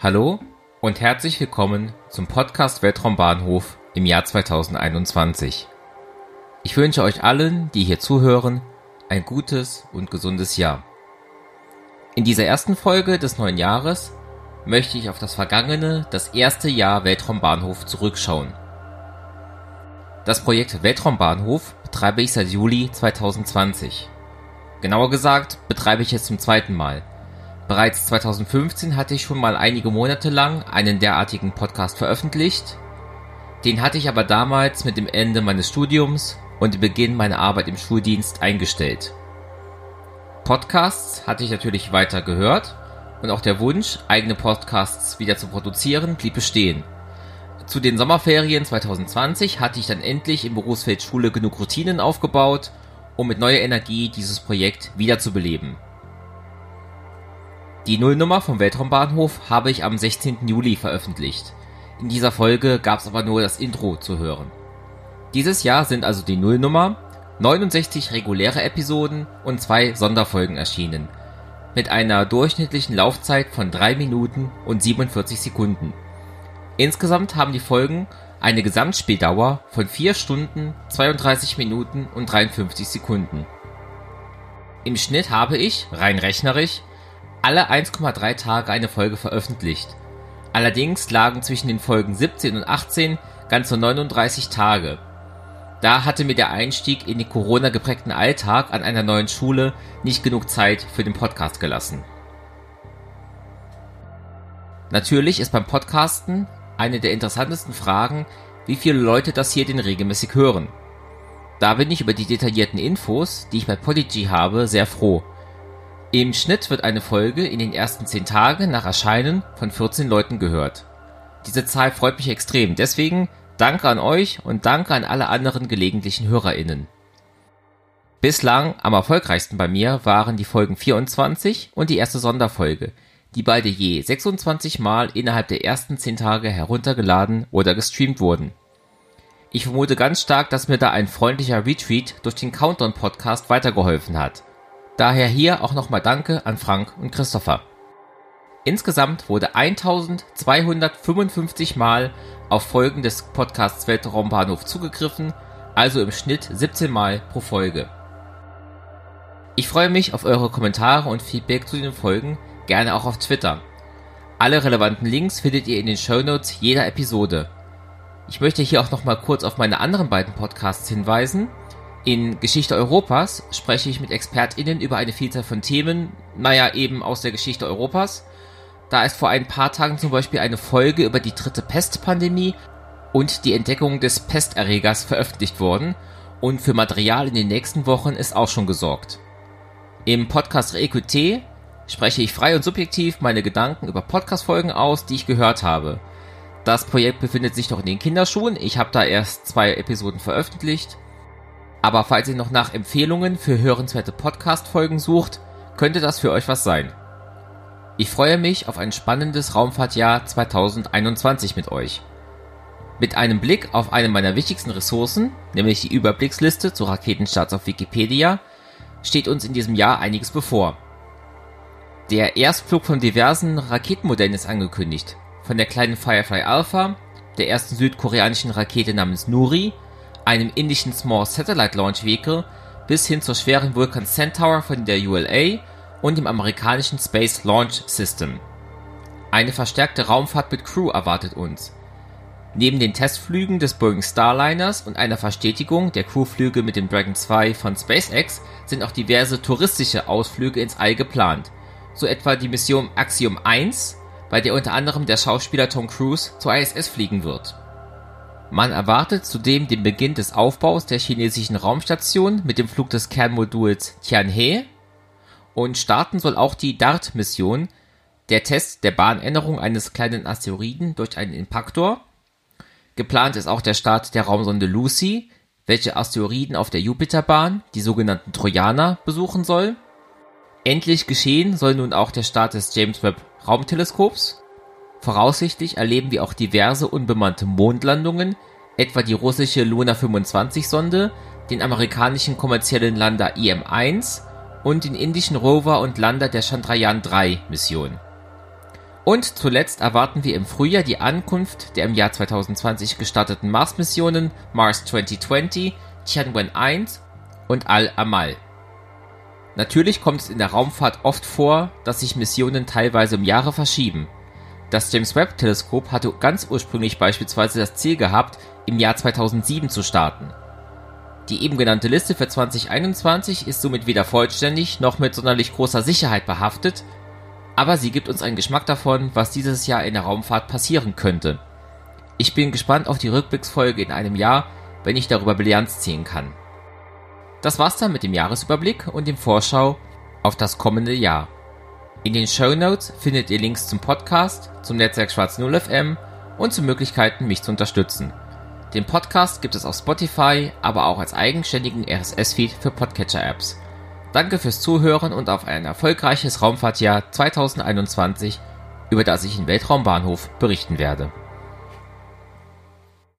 Hallo und herzlich willkommen zum Podcast Weltraumbahnhof im Jahr 2021. Ich wünsche euch allen, die hier zuhören, ein gutes und gesundes Jahr. In dieser ersten Folge des neuen Jahres möchte ich auf das vergangene, das erste Jahr Weltraumbahnhof zurückschauen. Das Projekt Weltraumbahnhof betreibe ich seit Juli 2020. Genauer gesagt betreibe ich es zum zweiten Mal. Bereits 2015 hatte ich schon mal einige Monate lang einen derartigen Podcast veröffentlicht. Den hatte ich aber damals mit dem Ende meines Studiums und dem Beginn meiner Arbeit im Schuldienst eingestellt. Podcasts hatte ich natürlich weiter gehört und auch der Wunsch, eigene Podcasts wieder zu produzieren, blieb bestehen. Zu den Sommerferien 2020 hatte ich dann endlich im Berufsfeld Schule genug Routinen aufgebaut, um mit neuer Energie dieses Projekt wiederzubeleben. Die Nullnummer vom Weltraumbahnhof habe ich am 16. Juli veröffentlicht. In dieser Folge gab es aber nur das Intro zu hören. Dieses Jahr sind also die Nullnummer, 69 reguläre Episoden und 2 Sonderfolgen erschienen, mit einer durchschnittlichen Laufzeit von 3 Minuten und 47 Sekunden. Insgesamt haben die Folgen eine Gesamtspieldauer von 4 Stunden, 32 Minuten und 53 Sekunden. Im Schnitt habe ich, rein rechnerisch, alle 1,3 Tage eine Folge veröffentlicht. Allerdings lagen zwischen den Folgen 17 und 18 ganze 39 Tage. Da hatte mir der Einstieg in den Corona-geprägten Alltag an einer neuen Schule nicht genug Zeit für den Podcast gelassen. Natürlich ist beim Podcasten eine der interessantesten Fragen, wie viele Leute das hier denn regelmäßig hören. Da bin ich über die detaillierten Infos, die ich bei Podigy habe, sehr froh. Im Schnitt wird eine Folge in den ersten 10 Tagen nach Erscheinen von 14 Leuten gehört. Diese Zahl freut mich extrem, deswegen danke an euch und danke an alle anderen gelegentlichen HörerInnen. Bislang am erfolgreichsten bei mir waren die Folgen 24 und die erste Sonderfolge, die beide je 26 Mal innerhalb der ersten 10 Tage heruntergeladen oder gestreamt wurden. Ich vermute ganz stark, dass mir da ein freundlicher Retweet durch den Countdown-Podcast weitergeholfen hat. Daher hier auch nochmal Danke an Frank und Christopher. Insgesamt wurde 1255 Mal auf Folgen des Podcasts Weltraumbahnhof zugegriffen, also im Schnitt 17 Mal pro Folge. Ich freue mich auf eure Kommentare und Feedback zu den Folgen, gerne auch auf Twitter. Alle relevanten Links findet ihr in den Shownotes jeder Episode. Ich möchte hier auch nochmal kurz auf meine anderen beiden Podcasts hinweisen. In Geschichte Europas spreche ich mit ExpertInnen über eine Vielzahl von Themen, eben aus der Geschichte Europas. Da ist vor ein paar Tagen zum Beispiel eine Folge über die dritte Pestpandemie und die Entdeckung des Pesterregers veröffentlicht worden und für Material in den nächsten Wochen ist auch schon gesorgt. Im Podcast Réécouter spreche ich frei und subjektiv meine Gedanken über Podcast-Folgen aus, die ich gehört habe. Das Projekt befindet sich noch in den Kinderschuhen, ich habe da erst 2 Episoden veröffentlicht. Aber falls ihr noch nach Empfehlungen für hörenswerte Podcast-Folgen sucht, könnte das für euch was sein. Ich freue mich auf ein spannendes Raumfahrtjahr 2021 mit euch. Mit einem Blick auf eine meiner wichtigsten Ressourcen, nämlich die Überblicksliste zu Raketenstarts auf Wikipedia, steht uns in diesem Jahr einiges bevor. Der Erstflug von diversen Raketenmodellen ist angekündigt, von der kleinen Firefly Alpha, der ersten südkoreanischen Rakete namens Nuri, einem indischen Small Satellite Launch Vehicle bis hin zur schweren Vulcan Centaur von der ULA und dem amerikanischen Space Launch System. Eine verstärkte Raumfahrt mit Crew erwartet uns. Neben den Testflügen des Boeing Starliners und einer Verstetigung der Crewflüge mit dem Dragon 2 von SpaceX sind auch diverse touristische Ausflüge ins All geplant, so etwa die Mission Axiom 1, bei der unter anderem der Schauspieler Tom Cruise zur ISS fliegen wird. Man erwartet zudem den Beginn des Aufbaus der chinesischen Raumstation mit dem Flug des Kernmoduls Tianhe und starten soll auch die DART-Mission, der Test der Bahnänderung eines kleinen Asteroiden durch einen Impaktor. Geplant ist auch der Start der Raumsonde Lucy, welche Asteroiden auf der Jupiterbahn, die sogenannten Trojaner, besuchen soll. Endlich geschehen soll nun auch der Start des James Webb Raumteleskops. Voraussichtlich erleben wir auch diverse unbemannte Mondlandungen, etwa die russische Luna 25 Sonde, den amerikanischen kommerziellen Lander IM-1 und den indischen Rover und Lander der Chandrayaan-3 Mission. Und zuletzt erwarten wir im Frühjahr die Ankunft der im Jahr 2020 gestarteten Mars-Missionen Mars 2020, Tianwen-1 und Al-Amal. Natürlich kommt es in der Raumfahrt oft vor, dass sich Missionen teilweise um Jahre verschieben. Das James-Webb-Teleskop hatte ganz ursprünglich beispielsweise das Ziel gehabt, im Jahr 2007 zu starten. Die eben genannte Liste für 2021 ist somit weder vollständig noch mit sonderlich großer Sicherheit behaftet, aber sie gibt uns einen Geschmack davon, was dieses Jahr in der Raumfahrt passieren könnte. Ich bin gespannt auf die Rückblicksfolge in einem Jahr, wenn ich darüber Bilanz ziehen kann. Das war's dann mit dem Jahresüberblick und dem Vorschau auf das kommende Jahr. In den Shownotes findet ihr Links zum Podcast, zum Netzwerk Schwarz 0 FM und zu Möglichkeiten, mich zu unterstützen. Den Podcast gibt es auf Spotify, aber auch als eigenständigen RSS-Feed für Podcatcher-Apps. Danke fürs Zuhören und auf ein erfolgreiches Raumfahrtjahr 2021, über das ich in Weltraumbahnhof berichten werde.